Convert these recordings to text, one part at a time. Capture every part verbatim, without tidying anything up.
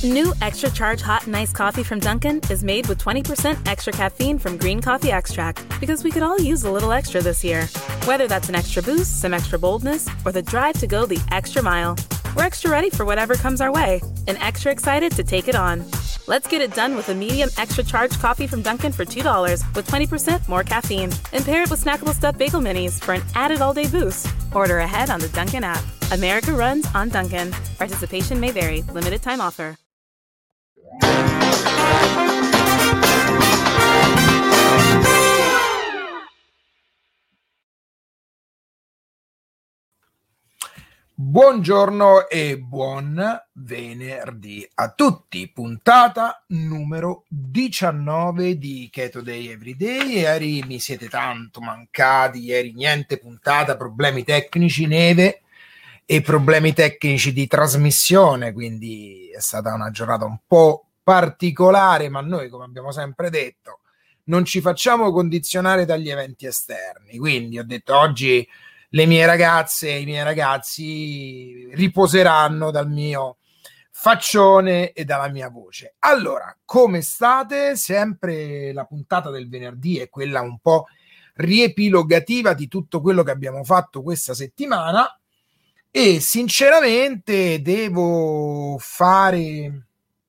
New Extra Charge Hot and Iced Coffee from Dunkin' is made with twenty percent extra caffeine from green coffee extract, because we could all use a little extra this year. Whether that's an extra boost, some extra boldness, or the drive to go the extra mile, we're extra ready for whatever comes our way and extra excited to take it on. Let's get it done with a medium extra charged coffee from Dunkin' for two dollars with twenty percent more caffeine. And pair it with snackable stuffed bagel minis for an added all-day boost. Order ahead on the Dunkin' app. America runs on Dunkin'. Participation may vary. Limited time offer. Buongiorno e buon venerdì a tutti, puntata numero diciannove di Keto Day Everyday. Ieri mi siete tanto mancati, ieri niente puntata, problemi tecnici, neve e problemi tecnici di trasmissione, quindi è stata una giornata un po' particolare, ma noi, come abbiamo sempre detto, non ci facciamo condizionare dagli eventi esterni, quindi ho detto oggi le mie ragazze e i miei ragazzi riposeranno dal mio faccione e dalla mia voce. Allora, come state? Sempre la puntata del venerdì è quella un po' riepilogativa di tutto quello che abbiamo fatto questa settimana e sinceramente devo fare...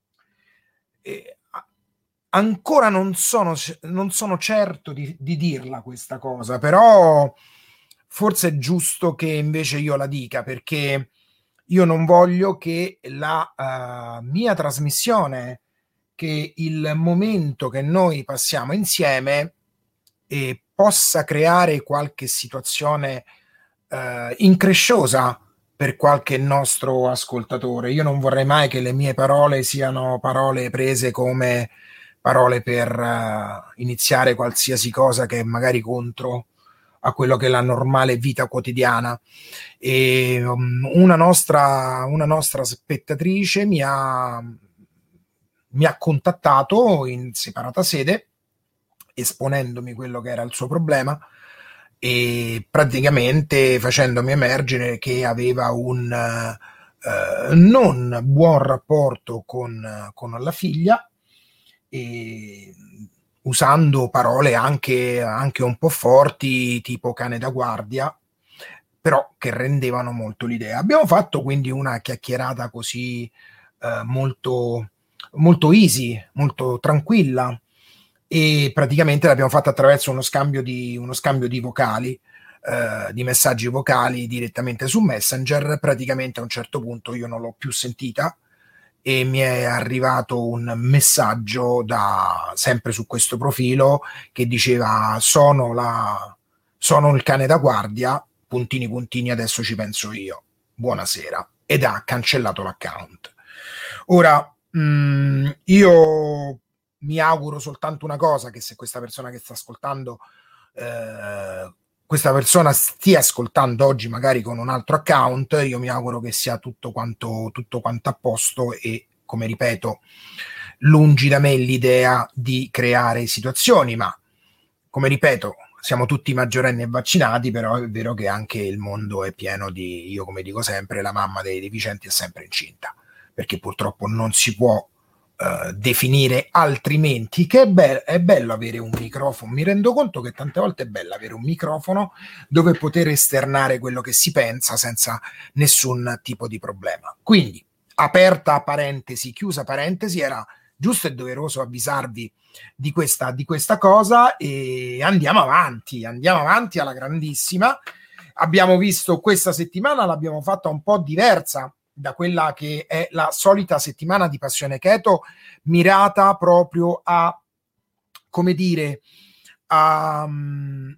Eh, ancora non sono, non sono certo di, di dirla questa cosa, però... forse è giusto che invece io la dica, perché io non voglio che la uh, mia trasmissione, che il momento che noi passiamo insieme eh, possa creare qualche situazione uh, incresciosa per qualche nostro ascoltatore. Io non vorrei mai che le mie parole siano parole prese come parole per uh, iniziare qualsiasi cosa che è magari contro a quello che è la normale vita quotidiana. E um, una nostra una nostra spettatrice mi ha mi ha contattato in separata sede esponendomi quello che era il suo problema e praticamente facendomi emergere che aveva un uh, non buon rapporto con, con la figlia e usando parole anche, anche un po' forti, tipo cane da guardia, però che rendevano molto l'idea. Abbiamo fatto quindi una chiacchierata così eh, molto, molto easy, molto tranquilla, e praticamente l'abbiamo fatta attraverso uno scambio di, uno scambio di vocali, eh, di messaggi vocali direttamente su Messenger. Praticamente a un certo punto io non l'ho più sentita, e mi è arrivato un messaggio da sempre su questo profilo che diceva sono, la, sono il cane da guardia, puntini puntini, adesso ci penso io, buonasera, ed ha cancellato l'account. Ora mh, io mi auguro soltanto una cosa, che se questa persona che sta ascoltando eh, questa persona stia ascoltando oggi magari con un altro account, io mi auguro che sia tutto quanto, tutto quanto a posto e, come ripeto, lungi da me l'idea di creare situazioni, ma come ripeto, siamo tutti maggiorenni e vaccinati, però è vero che anche il mondo è pieno di, io come dico sempre, la mamma dei deficienti è sempre incinta, perché purtroppo non si può Uh, definire altrimenti, che è, be- è bello avere un microfono. Mi rendo conto che tante volte è bello avere un microfono dove poter esternare quello che si pensa senza nessun tipo di problema. Quindi, aperta parentesi, chiusa parentesi, era giusto e doveroso avvisarvi di questa, di questa cosa, e andiamo avanti, andiamo avanti alla grandissima. Abbiamo visto questa settimana, l'abbiamo fatta un po' diversa da quella che è la solita settimana di Passione Keto, mirata proprio a, come dire, a, um,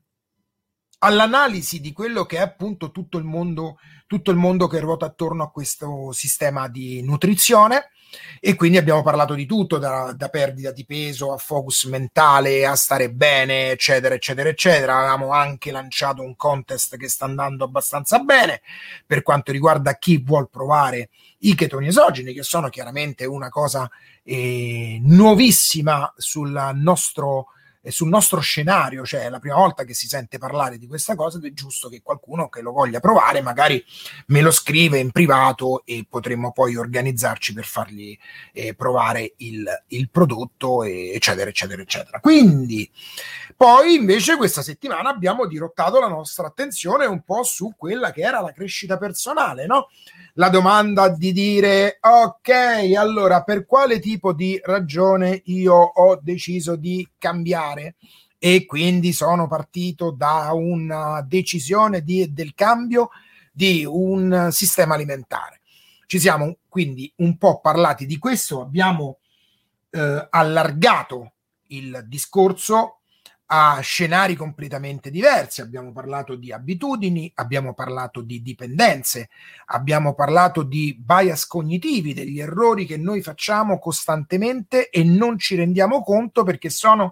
all'analisi di quello che è appunto tutto il mondo, tutto il mondo che ruota attorno a questo sistema di nutrizione. E quindi abbiamo parlato di tutto, da, da perdita di peso a focus mentale, a stare bene, eccetera eccetera eccetera. Avevamo anche lanciato un contest che sta andando abbastanza bene per quanto riguarda chi vuol provare i chetoni esogeni, che sono chiaramente una cosa eh, nuovissima sul nostro sul nostro scenario, cioè è la prima volta che si sente parlare di questa cosa ed è giusto che qualcuno che lo voglia provare magari me lo scrive in privato e potremmo poi organizzarci per fargli eh, provare il, il prodotto, eccetera eccetera eccetera. Quindi poi invece questa settimana abbiamo dirottato la nostra attenzione un po' su quella che era la crescita personale, no? La domanda di dire ok, allora per quale tipo di ragione io ho deciso di cambiare e quindi sono partito da una decisione di, del cambio di un sistema alimentare. Ci siamo quindi un po' parlati di questo, abbiamo eh, allargato il discorso a scenari completamente diversi, abbiamo parlato di abitudini, abbiamo parlato di dipendenze, abbiamo parlato di bias cognitivi, degli errori che noi facciamo costantemente e non ci rendiamo conto perché sono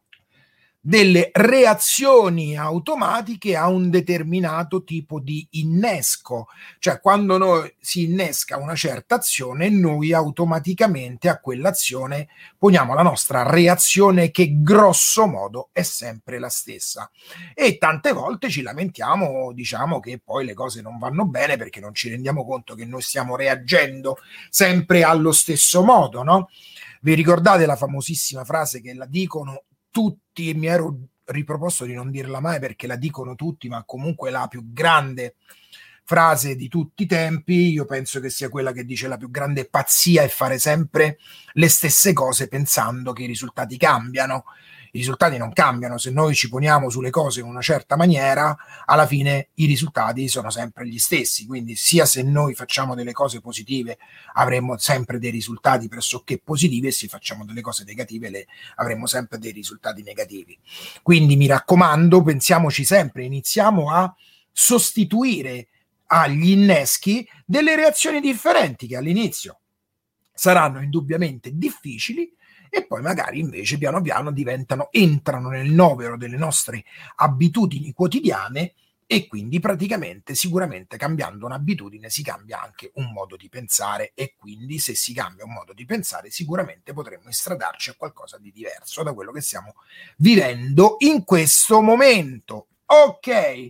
delle reazioni automatiche a un determinato tipo di innesco, cioè quando noi si innesca una certa azione noi automaticamente a quell'azione poniamo la nostra reazione che grosso modo è sempre la stessa e tante volte ci lamentiamo, diciamo che poi le cose non vanno bene perché non ci rendiamo conto che noi stiamo reagendo sempre allo stesso modo, no? Vi ricordate la famosissima frase che la dicono tutti, mi ero riproposto di non dirla mai perché la dicono tutti, ma comunque la più grande frase di tutti i tempi, io penso che sia quella che dice la più grande pazzia è fare sempre le stesse cose pensando che i risultati cambiano. I risultati non cambiano, se noi ci poniamo sulle cose in una certa maniera, alla fine i risultati sono sempre gli stessi, quindi sia se noi facciamo delle cose positive avremo sempre dei risultati pressoché positivi e se facciamo delle cose negative le, avremo sempre dei risultati negativi. Quindi mi raccomando, pensiamoci sempre, iniziamo a sostituire agli inneschi delle reazioni differenti che all'inizio saranno indubbiamente difficili e poi magari invece piano piano diventano, entrano nel novero delle nostre abitudini quotidiane e quindi praticamente sicuramente cambiando un'abitudine si cambia anche un modo di pensare e quindi se si cambia un modo di pensare sicuramente potremmo istradarci a qualcosa di diverso da quello che stiamo vivendo in questo momento. Ok,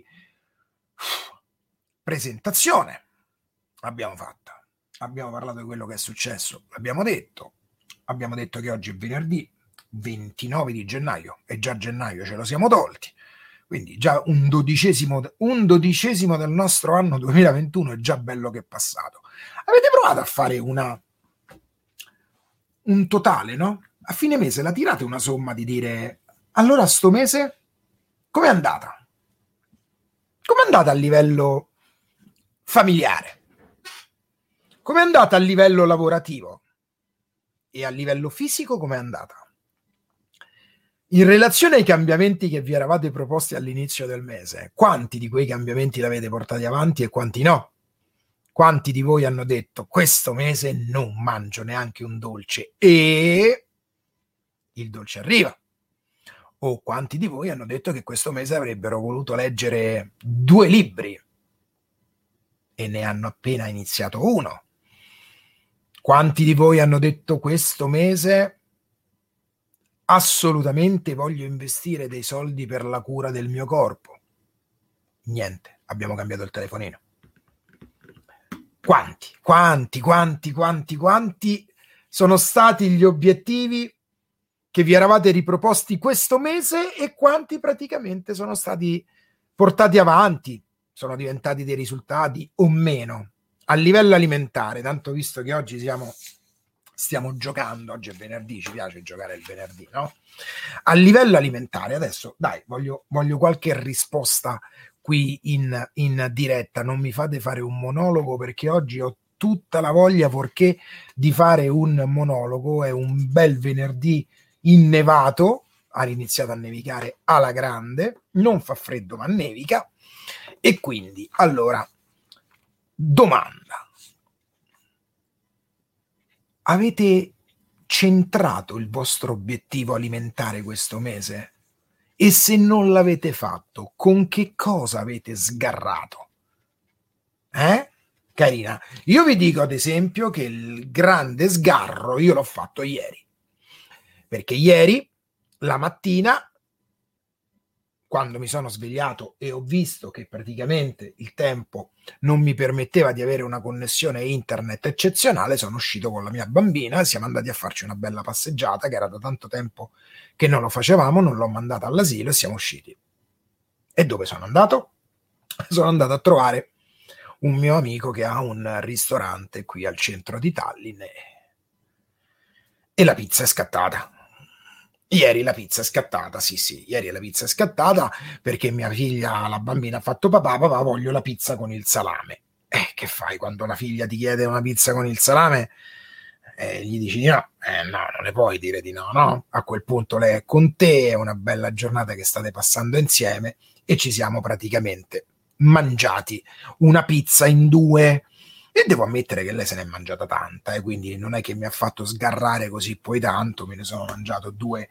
presentazione abbiamo fatta, abbiamo parlato di quello che è successo, l'abbiamo detto. Abbiamo detto che oggi è venerdì ventinove di gennaio, è già gennaio, ce lo siamo tolti, quindi già un dodicesimo, un dodicesimo del nostro anno duemilaventuno è già bello che è passato. Avete provato a fare una un totale, no? A fine mese la tirate una somma di dire allora sto mese com'è andata? Com'è andata a livello familiare? Com'è andata a livello lavorativo? E a livello fisico com'è andata? In relazione ai cambiamenti che vi eravate proposti all'inizio del mese, quanti di quei cambiamenti l'avete portati avanti e quanti no? Quanti di voi hanno detto questo mese non mangio neanche un dolce e il dolce arriva? O quanti di voi hanno detto che questo mese avrebbero voluto leggere due libri e ne hanno appena iniziato uno? Quanti di voi hanno detto questo mese assolutamente voglio investire dei soldi per la cura del mio corpo? Niente, abbiamo cambiato il telefonino. Quanti, quanti, quanti, quanti, quanti sono stati gli obiettivi che vi eravate riproposti questo mese e quanti praticamente sono stati portati avanti, sono diventati dei risultati o meno? A livello alimentare, tanto visto che oggi siamo, stiamo giocando, oggi è venerdì, ci piace giocare il venerdì, no? A livello alimentare, adesso dai, voglio, voglio qualche risposta qui in, in diretta, non mi fate fare un monologo perché oggi ho tutta la voglia, forché di fare un monologo, è un bel venerdì innevato, ha iniziato a nevicare alla grande, non fa freddo ma nevica e quindi, allora, domanda: avete centrato il vostro obiettivo alimentare questo mese? E se non l'avete fatto, con che cosa avete sgarrato? Eh? Carina, io vi dico ad esempio che il grande sgarro io l'ho fatto ieri, perché ieri la mattina quando mi sono svegliato e ho visto che praticamente il tempo non mi permetteva di avere una connessione internet eccezionale, sono uscito con la mia bambina e siamo andati a farci una bella passeggiata, che era da tanto tempo che non lo facevamo, non l'ho mandata all'asilo e siamo usciti. E dove sono andato? Sono andato a trovare un mio amico che ha un ristorante qui al centro di Tallinn e, e la pizza è scattata. Ieri la pizza è scattata, sì sì, ieri la pizza è scattata perché mia figlia, la bambina, ha fatto papà, papà voglio la pizza con il salame. Eh, che fai quando la figlia ti chiede una pizza con il salame? Eh, gli dici di no? Eh no, non le puoi dire di no, no? A quel punto lei è con te, è una bella giornata che state passando insieme e ci siamo praticamente mangiati una pizza in due. E devo ammettere che lei se n'è mangiata tanta, eh, quindi non è che mi ha fatto sgarrare così poi tanto, me ne sono mangiato due,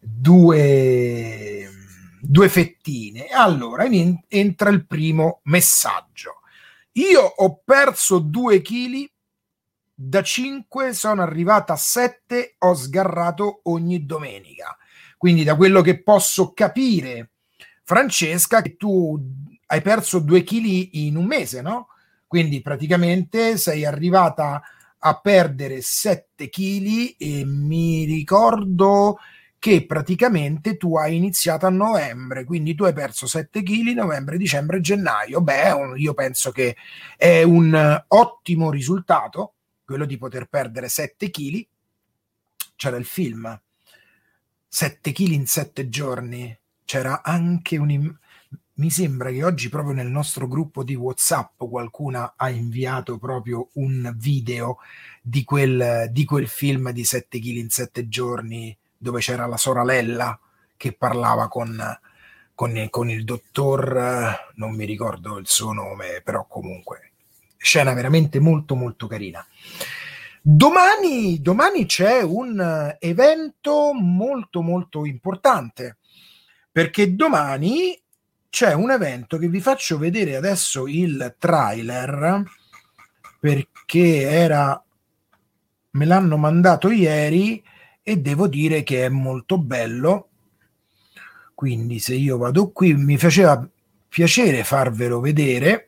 due, due fettine. Allora entra il primo messaggio. Io ho perso due chili, da cinque sono arrivata a sette, ho sgarrato ogni domenica. Quindi da quello che posso capire, Francesca, che tu hai perso due chili in un mese, no? Quindi praticamente sei arrivata a perdere sette chili e mi ricordo che praticamente tu hai iniziato a novembre, quindi tu hai perso sette chili novembre, dicembre, gennaio. Beh, io penso che è un ottimo risultato quello di poter perdere sette chili. C'era il film sette chili in sette giorni, c'era anche un... Mi sembra che oggi proprio nel nostro gruppo di WhatsApp qualcuno ha inviato proprio un video di quel, di quel film di sette chili in sette giorni, dove c'era la sorella che parlava con, con, con il dottor, non mi ricordo il suo nome, però comunque scena veramente molto molto carina. Domani, domani c'è un evento molto molto importante, perché domani c'è un evento che vi faccio vedere adesso il trailer, perché era, me l'hanno mandato ieri e devo dire che è molto bello. Quindi se io vado qui, mi faceva piacere farvelo vedere.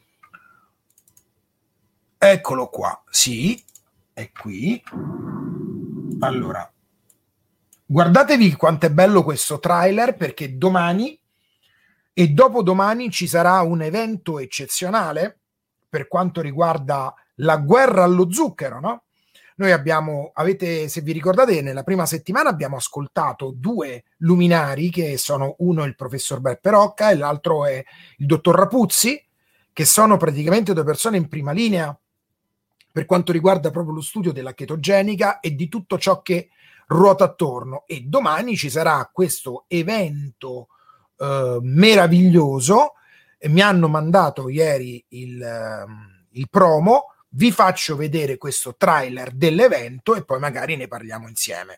Eccolo qua, sì, è qui. Allora, guardatevi quanto è bello questo trailer, perché domani e dopodomani ci sarà un evento eccezionale per quanto riguarda la guerra allo zucchero, no? Noi abbiamo, avete, se vi ricordate, nella prima settimana abbiamo ascoltato due luminari, che sono uno il professor Beppe Rocca e l'altro è il dottor Rapuzzi, che sono praticamente due persone in prima linea per quanto riguarda proprio lo studio della chetogenica e di tutto ciò che ruota attorno. E domani ci sarà questo evento Uh, meraviglioso. Mi hanno mandato ieri il, uh, il promo, vi faccio vedere questo trailer dell'evento e poi magari ne parliamo insieme.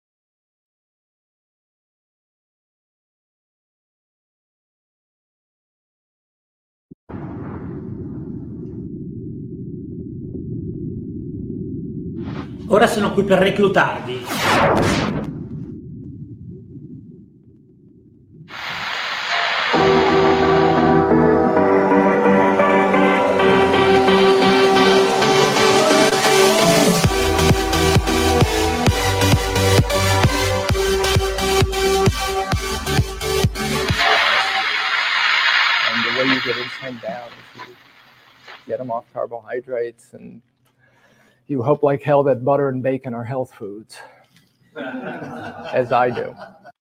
Ora sono qui per reclutarvi. You get insulin down, you get them off carbohydrates, and you hope like hell that butter and bacon are health foods, as I do.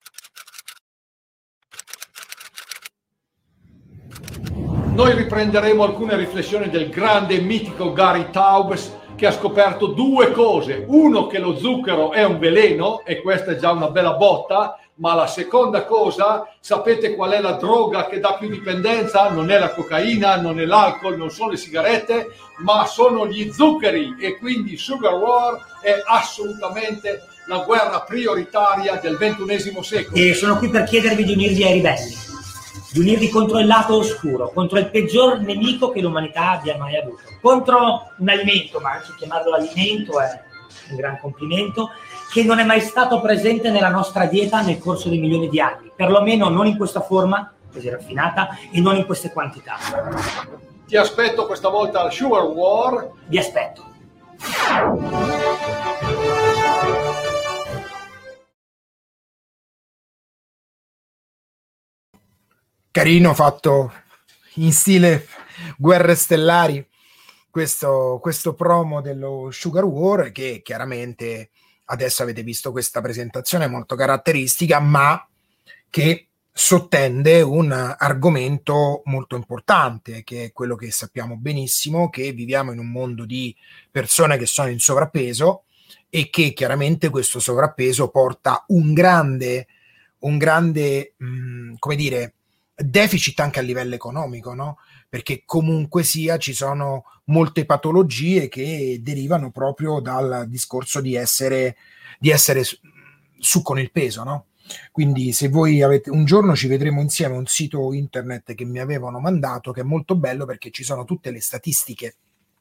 Noi riprenderemo alcune riflessioni del grande e mitico Gary Taubes, che ha scoperto due cose: uno, che lo zucchero è un veleno, e questa è già una bella botta. Ma la seconda cosa, sapete qual è la droga che dà più dipendenza? Non è la cocaina, non è l'alcol, non sono le sigarette, ma sono gli zuccheri. E quindi Sugar War è assolutamente la guerra prioritaria del ventunesimo secolo. E sono qui per chiedervi di unirvi ai ribelli, di unirvi contro il lato oscuro, contro il peggior nemico che l'umanità abbia mai avuto, contro un alimento, ma anche chiamarlo alimento è un gran complimento, che non è mai stato presente nella nostra dieta nel corso dei milioni di anni, perlomeno non in questa forma così raffinata e non in queste quantità. Ti aspetto questa volta al Sugar War. Vi aspetto. Carino, fatto in stile Guerre Stellari, questo, questo promo dello Sugar War, che chiaramente adesso avete visto questa presentazione molto caratteristica, ma che sottende un argomento molto importante, che è quello che sappiamo benissimo, che viviamo in un mondo di persone che sono in sovrappeso e che chiaramente questo sovrappeso porta un grande, un grande, mh, come dire, deficit anche a livello economico, no? Perché comunque sia ci sono molte patologie che derivano proprio dal discorso di essere, di essere su con il peso, no? Quindi se voi avete un giorno ci vedremo insieme un sito internet che mi avevano mandato, che è molto bello perché ci sono tutte le statistiche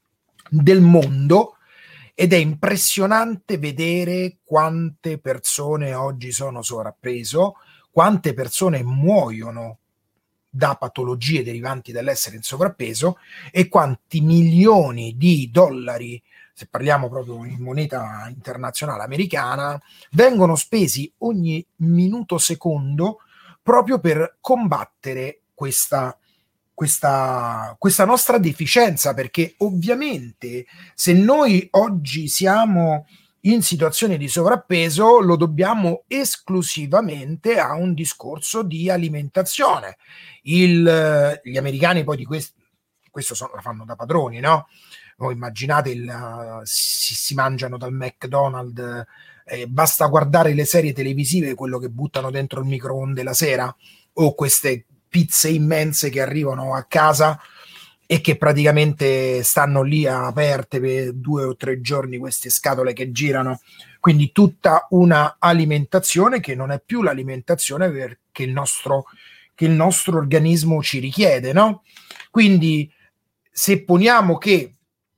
del mondo ed è impressionante vedere quante persone oggi sono sovrappeso, quante persone muoiono da patologie derivanti dall'essere in sovrappeso e quanti milioni di dollari, se parliamo proprio in moneta internazionale americana, vengono spesi ogni minuto secondo proprio per combattere questa, questa, questa nostra deficienza, perché ovviamente se noi oggi siamo in situazione di sovrappeso lo dobbiamo esclusivamente a un discorso di alimentazione. Il, gli americani poi di questo, questo sono, la fanno da padroni, no? Voi immaginate, il, uh, si, si mangiano dal McDonald's, eh, basta guardare le serie televisive, quello che buttano dentro il microonde la sera, o queste pizze immense che arrivano a casa e che praticamente stanno lì aperte per due o tre giorni, queste scatole che girano. Quindi tutta una alimentazione che non è più l'alimentazione perché il nostro, che il nostro organismo ci richiede, no? Quindi se poniamo che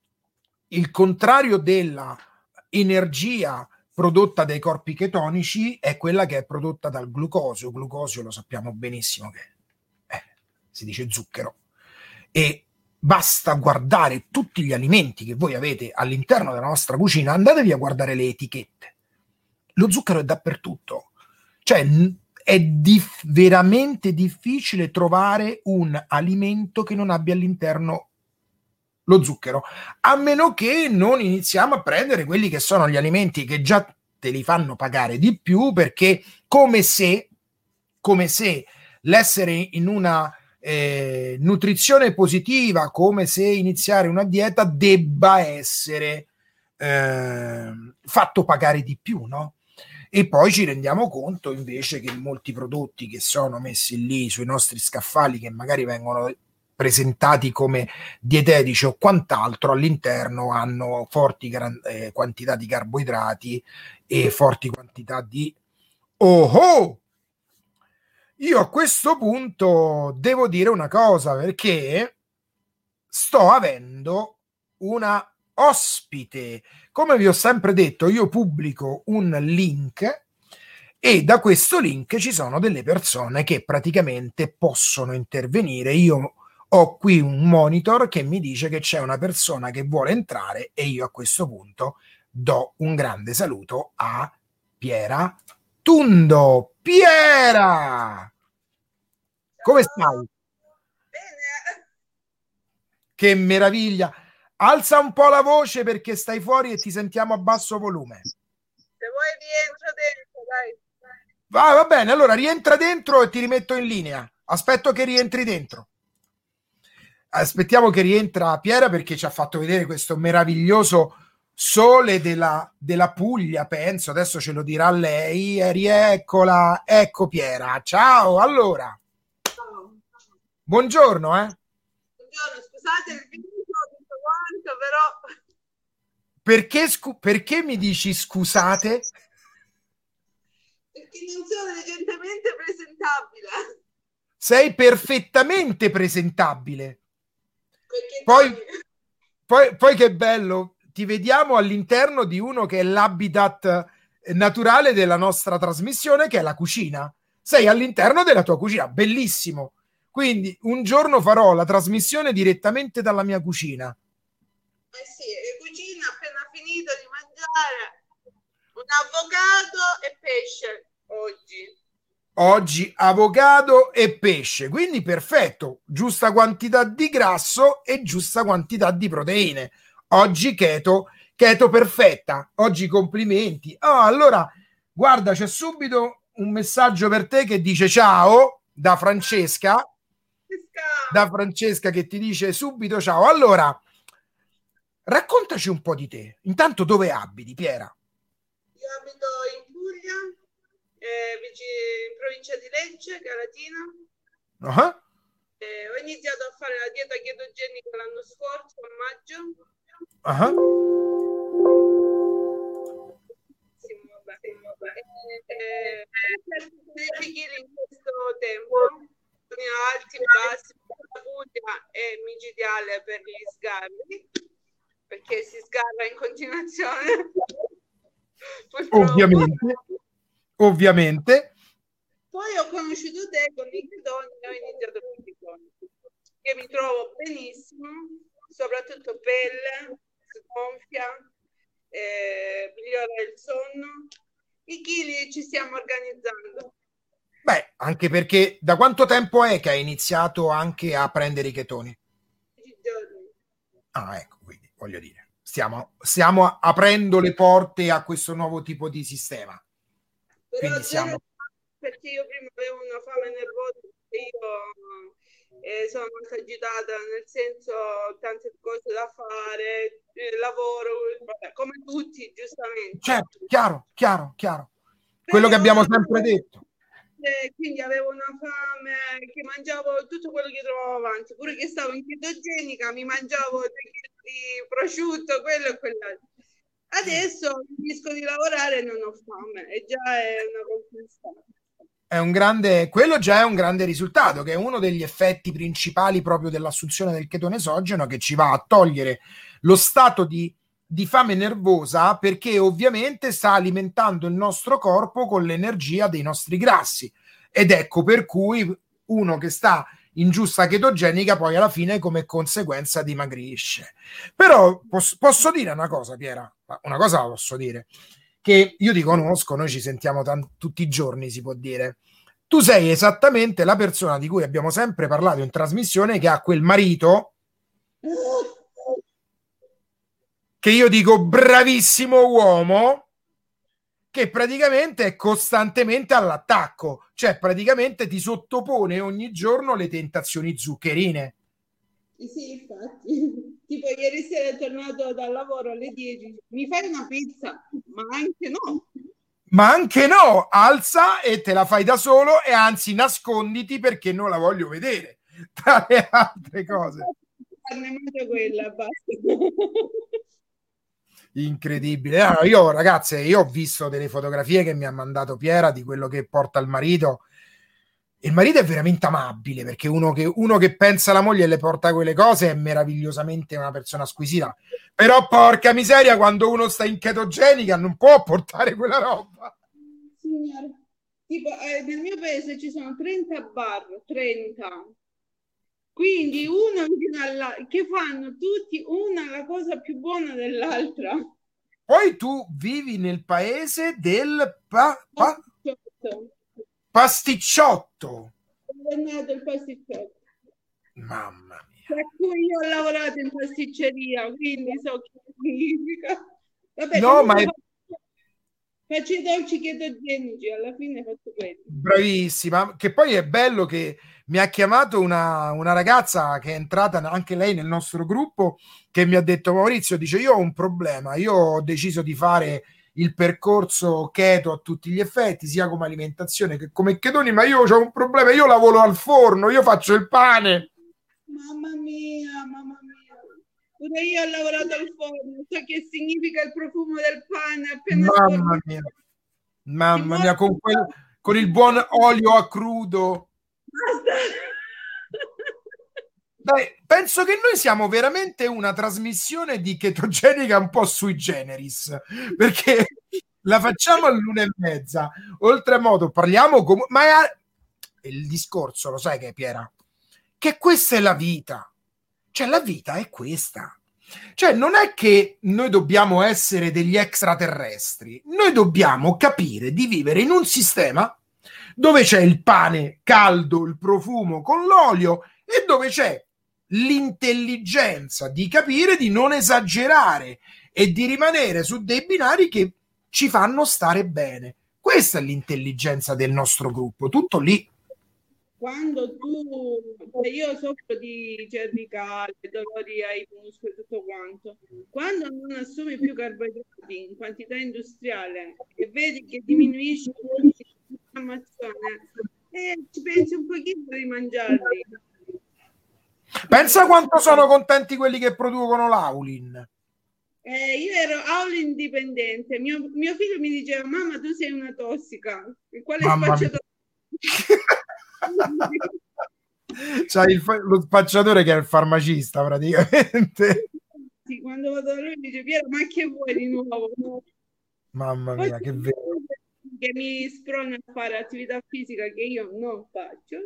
il contrario della energia prodotta dai corpi chetonici è quella che è prodotta dal glucosio. Glucosio lo sappiamo benissimo che eh, si dice zucchero, e basta guardare tutti gli alimenti che voi avete all'interno della nostra cucina, andatevi a guardare le etichette. Lo zucchero è dappertutto, cioè è dif- veramente difficile trovare un alimento che non abbia all'interno lo zucchero, a meno che non iniziamo a prendere quelli che sono gli alimenti che già te li fanno pagare di più, perché come se, come se l'essere in una Eh, nutrizione positiva, come se iniziare una dieta debba essere eh, fatto pagare di più, no? E poi ci rendiamo conto invece che molti prodotti che sono messi lì sui nostri scaffali, che magari vengono presentati come dietetici o quant'altro, all'interno hanno forti gran- eh, quantità di carboidrati e forti quantità di oh oh! Io a questo punto devo dire una cosa, perché sto avendo una ospite. Come vi ho sempre detto, io pubblico un link e da questo link ci sono delle persone che praticamente possono intervenire. Io ho qui un monitor che mi dice che c'è una persona che vuole entrare e io a questo punto do un grande saluto a Piera Tundo. Piera! Come stai? Bene. Che meraviglia! Alza un po' la voce perché stai fuori e ti sentiamo a basso volume. Se vuoi rientro dentro, dai. Va, va bene, allora rientra dentro e ti rimetto in linea. Aspetto che rientri dentro. Aspettiamo che rientra Piera perché ci ha fatto vedere questo meraviglioso sole della, della Puglia, penso. Adesso ce lo dirà lei. E rieccola. Ecco Piera. Ciao, allora. Ciao. Buongiorno, eh. Buongiorno, scusate il video, tutto quanto, però... Perché, scu- perché mi dici scusate? Perché non sono decentemente presentabile. Sei perfettamente presentabile. Perché Poi, noi... poi, poi che bello, ti vediamo all'interno di uno che è l'habitat naturale della nostra trasmissione, che è la cucina. Sei all'interno della tua cucina, bellissimo. Quindi un giorno farò la trasmissione direttamente dalla mia cucina. Eh sì, e cucina appena finito di mangiare un avocado e pesce oggi. Oggi avocado e pesce, quindi perfetto, giusta quantità di grasso e giusta quantità di proteine. Oggi keto, keto perfetta. Oggi complimenti. Oh, allora, guarda, c'è subito un messaggio per te che dice ciao da Francesca. Da Francesca che ti dice subito ciao. Allora, raccontaci un po' di te. Intanto dove abiti, Piera? Io abito in Puglia, eh, vicino in provincia di Lecce, Galatina. Uh-huh. Eh, ho iniziato a fare la dieta chetogenica l'anno scorso, a maggio. Uh-huh. Sì, vabbè. Eh, eh, chili in questo tempo, alti, bassi, la Puglia è micidiale per gli sgarri, perché si sgarra in continuazione. Ovviamente, ovviamente. Poi ho conosciuto te con i ketoni e ho iniziato con i ketoni, che mi trovo benissimo, soprattutto pelle, sgonfia, eh, migliora il sonno. I chili ci stiamo organizzando. Beh, anche perché da quanto tempo è che hai iniziato anche a prendere i chetoni? dieci giorni. Ah, ecco, quindi voglio dire, stiamo, stiamo aprendo le porte a questo nuovo tipo di sistema. Però Quindi siamo... perché io prima avevo una fame nervosa, io eh, sono molto agitata, nel senso tante cose da fare, eh, lavoro, vabbè, come tutti, giustamente. Certo, chiaro, chiaro, chiaro. Quello che abbiamo sempre detto. Eh, quindi avevo una fame che mangiavo tutto quello che trovavo avanti, pure che stavo in chetogenica, mi mangiavo due chili di prosciutto, quello e quell'altro. Adesso finisco di lavorare e non ho fame, e già è una conquista. È un grande, quello già è un grande risultato, che è uno degli effetti principali proprio dell'assunzione del chetone esogeno, che ci va a togliere lo stato di, di fame nervosa, perché ovviamente sta alimentando il nostro corpo con l'energia dei nostri grassi, ed ecco per cui uno che sta in giusta chetogenica poi alla fine come conseguenza dimagrisce. Però posso, posso dire una cosa, Piera, una cosa la posso dire, che io ti conosco, noi ci sentiamo t- tutti i giorni, si può dire. Tu sei esattamente la persona di cui abbiamo sempre parlato in trasmissione, che ha quel marito che io dico bravissimo uomo, che praticamente è costantemente all'attacco, cioè praticamente ti sottopone ogni giorno le tentazioni zuccherine. Sì, infatti. Tipo ieri sera è tornato dal lavoro alle dieci, mi fai una pizza? Ma anche no. Ma anche no, alza e te la fai da solo, e anzi nasconditi perché non la voglio vedere, tra le altre cose. Ne mangio quella, basta. Incredibile. Allora, io ragazze, io ho visto delle fotografie che mi ha mandato Piera di quello che porta il marito. Il marito è veramente amabile, perché uno che, uno che pensa alla moglie e le porta quelle cose è meravigliosamente una persona squisita. Però porca miseria, quando uno sta in chetogenica non può portare quella roba. Signora, tipo eh, nel mio paese ci sono trenta bar, trenta. Quindi uno che fanno tutti una la cosa più buona dell'altra. Poi tu vivi nel paese del pa- pa- pasticciotto. È nato il pasticciotto. Mamma mia. Per cui io ho lavorato in pasticceria, quindi so che significa. Vabbè, no, ma è... faccio i dolci chetogenici, alla fine faccio quello. Bravissima, che poi è bello che mi ha chiamato una, una ragazza che è entrata anche lei nel nostro gruppo, che mi ha detto: Maurizio, dice, io ho un problema, io ho deciso di fare il percorso keto a tutti gli effetti, sia come alimentazione che come chetoni, ma io ho un problema, io lavoro al forno, io faccio il pane. Mamma mia, mamma mia, pure io ho lavorato al forno, so che significa il profumo del pane appena mamma mia, mamma mia, con, quel, con il buon olio a crudo. Basta. Beh, penso che noi siamo veramente una trasmissione di chetogenica un po' sui generis, perché la facciamo all'una e mezza, oltremodo parliamo come... ma è... il discorso, lo sai che è, Piera? Che questa è la vita, cioè la vita è questa, cioè non è che noi dobbiamo essere degli extraterrestri, noi dobbiamo capire di vivere in un sistema dove c'è il pane caldo, il profumo con l'olio e dove c'è l'intelligenza di capire di non esagerare e di rimanere su dei binari che ci fanno stare bene. Questa è l'intelligenza del nostro gruppo, tutto lì. Quando tu, io soffro di cervicale, dolori ai muscoli e tutto quanto, quando non assumi più carboidrati in quantità industriale e vedi che diminuisce l'infiammazione, e ci pensi un pochino di mangiarli. Pensa quanto sono contenti quelli che producono l'Aulin. Eh, io ero Aulin dipendente, mio, mio figlio mi diceva: mamma, tu sei una tossica. E quale spacciatore? C'hai il, lo spacciatore che è il farmacista praticamente. Sì, quando vado da lui mi dice: Piero, ma che vuoi di nuovo? Mamma mia, Poi che vero. Che mi sprona a fare attività fisica che io non faccio.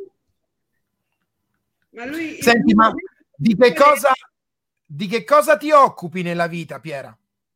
Ma lui, Senti, ma di che cosa di che cosa ti occupi nella vita, Piera?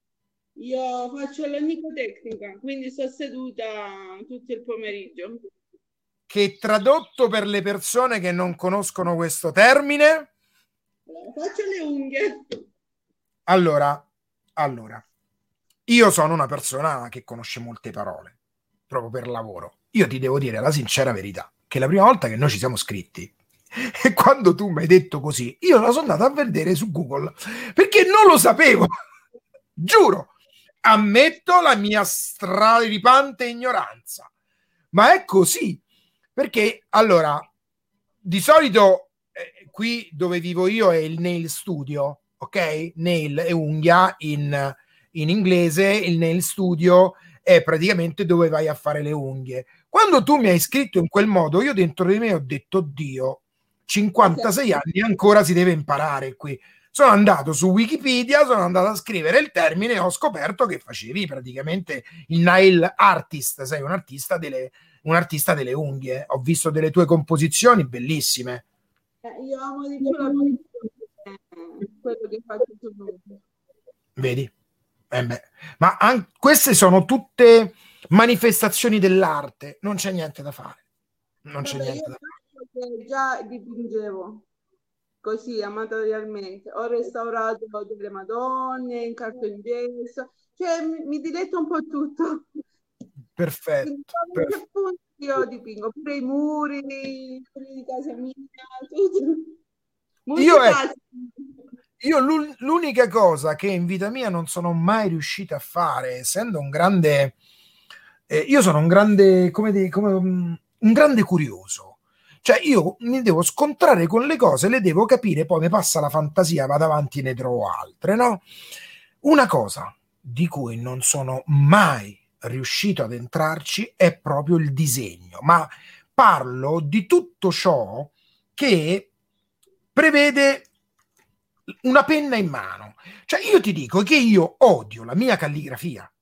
Io faccio l'onicotecnica, quindi sto seduta tutto il pomeriggio. Che tradotto per le persone che non conoscono questo termine? Faccio le unghie. Allora, allora, io sono una persona che conosce molte parole, proprio per lavoro. Io ti devo dire la sincera verità, che la prima volta che noi ci siamo scritti, e quando tu mi hai detto così, io la sono andata a vedere su Google, perché non lo sapevo, giuro, ammetto la mia straripante ignoranza, ma è così, perché allora, di solito eh, qui dove vivo io è il nail studio, ok? Nail è unghia in, in inglese, il nail studio è praticamente dove vai a fare le unghie. Quando tu mi hai scritto in quel modo, io dentro di me ho detto: Dio, cinquantasei anni ancora si deve imparare qui. Sono andato su Wikipedia, sono andato a scrivere il termine e ho scoperto che facevi praticamente il nail artist, sei un artista delle, un artista delle unghie. Ho visto delle tue composizioni bellissime. Eh, io amo di più la eh, quello che faccio su unghie. Vedi? Eh beh. Ma an- queste sono tutte manifestazioni dell'arte, non c'è niente da fare. Non c'è Vabbè, niente da fare. io già dipingevo così amatorialmente, ho restaurato delle Madonne in cartongesso, cioè mi, mi diletto un po' tutto. Perfetto, perfetto. Io dipingo pure i muri, i muri di casa mia, tutto. Io, è, io l'unica cosa che in vita mia non sono mai riuscito a fare, essendo un grande eh, io sono un grande come, di, come um, un grande curioso. Cioè io mi devo scontrare con le cose, le devo capire, poi mi passa la fantasia, vado avanti e ne trovo altre, no? Una cosa di cui non sono mai riuscito ad entrarci è proprio il disegno, ma parlo di tutto ciò che prevede una penna in mano. Cioè io ti dico che io odio la mia calligrafia.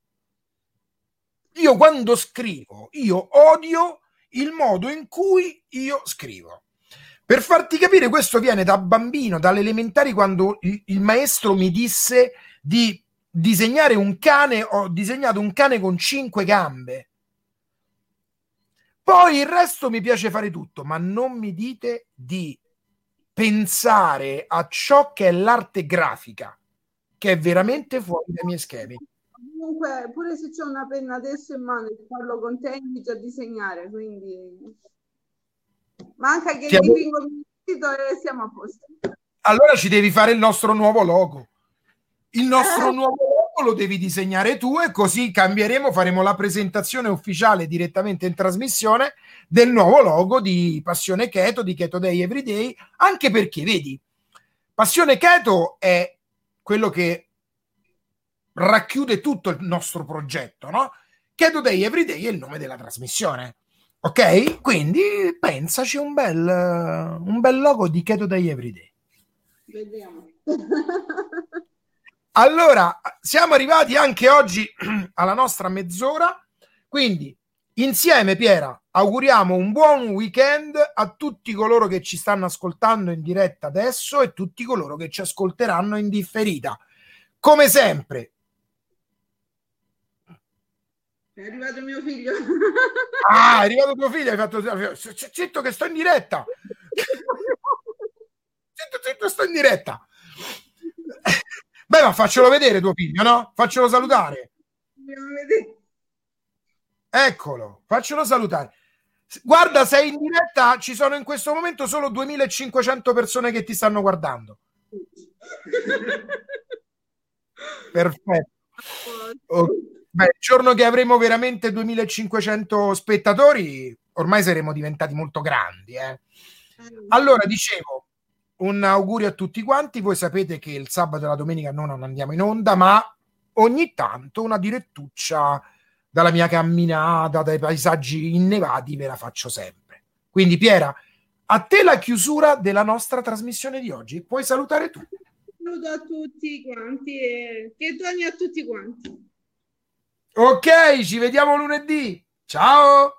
Io quando scrivo, io odio il modo in cui io scrivo. Per farti capire, questo viene da bambino, dalle elementari, quando il, il maestro mi disse di disegnare un cane. Ho disegnato un cane con cinque gambe. Poi il resto mi piace fare tutto, ma non mi dite di pensare a ciò che è l'arte grafica, che è veramente fuori dai miei schemi. Comunque, pure se c'è una penna adesso in mano e parlo con te, inizio a disegnare, quindi manca che Siamo... dipingo il sito e siamo a posto. Allora ci devi fare il nostro nuovo logo. Il nostro eh. nuovo logo lo devi disegnare tu, e così cambieremo, faremo la presentazione ufficiale direttamente in trasmissione del nuovo logo di Passione Keto, di Keto Day Everyday, anche perché, vedi, Passione Keto è quello che racchiude tutto il nostro progetto, no? Keto Day Everyday è il nome della trasmissione, ok? Quindi pensaci un bel, un bel logo di Keto Day Everyday. Vediamo. Allora, siamo arrivati anche oggi alla nostra mezz'ora, quindi insieme, Piera, auguriamo un buon weekend a tutti coloro che ci stanno ascoltando in diretta adesso e tutti coloro che ci ascolteranno in differita. Come sempre. È arrivato mio figlio. Ah, è arrivato tuo figlio, hai fatto... Zitto che sto in diretta. Zitto, zitto, sto in diretta. Beh, ma faccelo vedere tuo figlio, no? Faccelo salutare. Eccolo, faccelo salutare. Guarda, sei in diretta, ci sono in questo momento solo duemilacinquecento persone che ti stanno guardando. Perfetto. Oh, beh, il giorno che avremo veramente duemilacinquecento spettatori, ormai saremo diventati molto grandi. Eh? Allora, dicevo, un augurio a tutti quanti. Voi sapete che il sabato e la domenica noi non andiamo in onda, ma ogni tanto una direttuccia dalla mia camminata, dai paesaggi innevati ve la faccio sempre. Quindi Piera, a te la chiusura della nostra trasmissione di oggi. Puoi salutare tu. Saluto a tutti quanti e che torni a tutti quanti. Ok, ci vediamo lunedì. Ciao.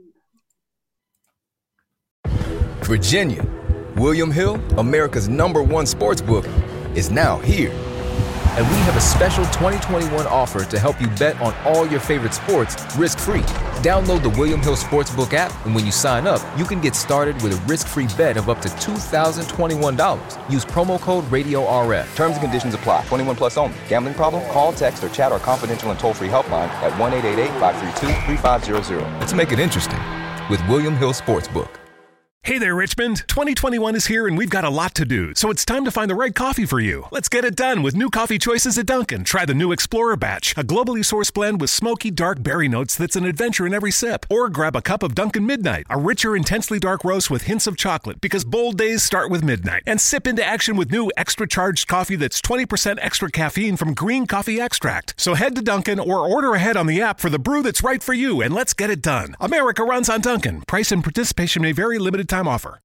Virginia, William Hill, America's number one sports book, is now here. And we have a special twenty twenty-one offer to help you bet on all your favorite sports risk-free. Download the William Hill Sportsbook app, and when you sign up, you can get started with a risk-free bet of up to two thousand twenty-one dollars. Use promo code Radio R F. Terms and conditions apply. twenty-one plus only. Gambling problem? Call, text, or chat our confidential and toll-free helpline at one eight eight eight, five three two, three five zero zero. Let's make it interesting with William Hill Sportsbook. Hey there, Richmond. twenty twenty-one is here and we've got a lot to do, so it's time to find the right coffee for you. Let's get it done with new coffee choices at Dunkin'. Try the new Explorer Batch, a globally sourced blend with smoky, dark berry notes that's an adventure in every sip. Or grab a cup of Dunkin' Midnight, a richer, intensely dark roast with hints of chocolate, because bold days start with midnight. And sip into action with new extra charged coffee that's twenty percent extra caffeine from green coffee extract. So head to Dunkin' or order ahead on the app for the brew that's right for you, and let's get it done. America runs on Dunkin'. Price and participation may vary. Limited time offer.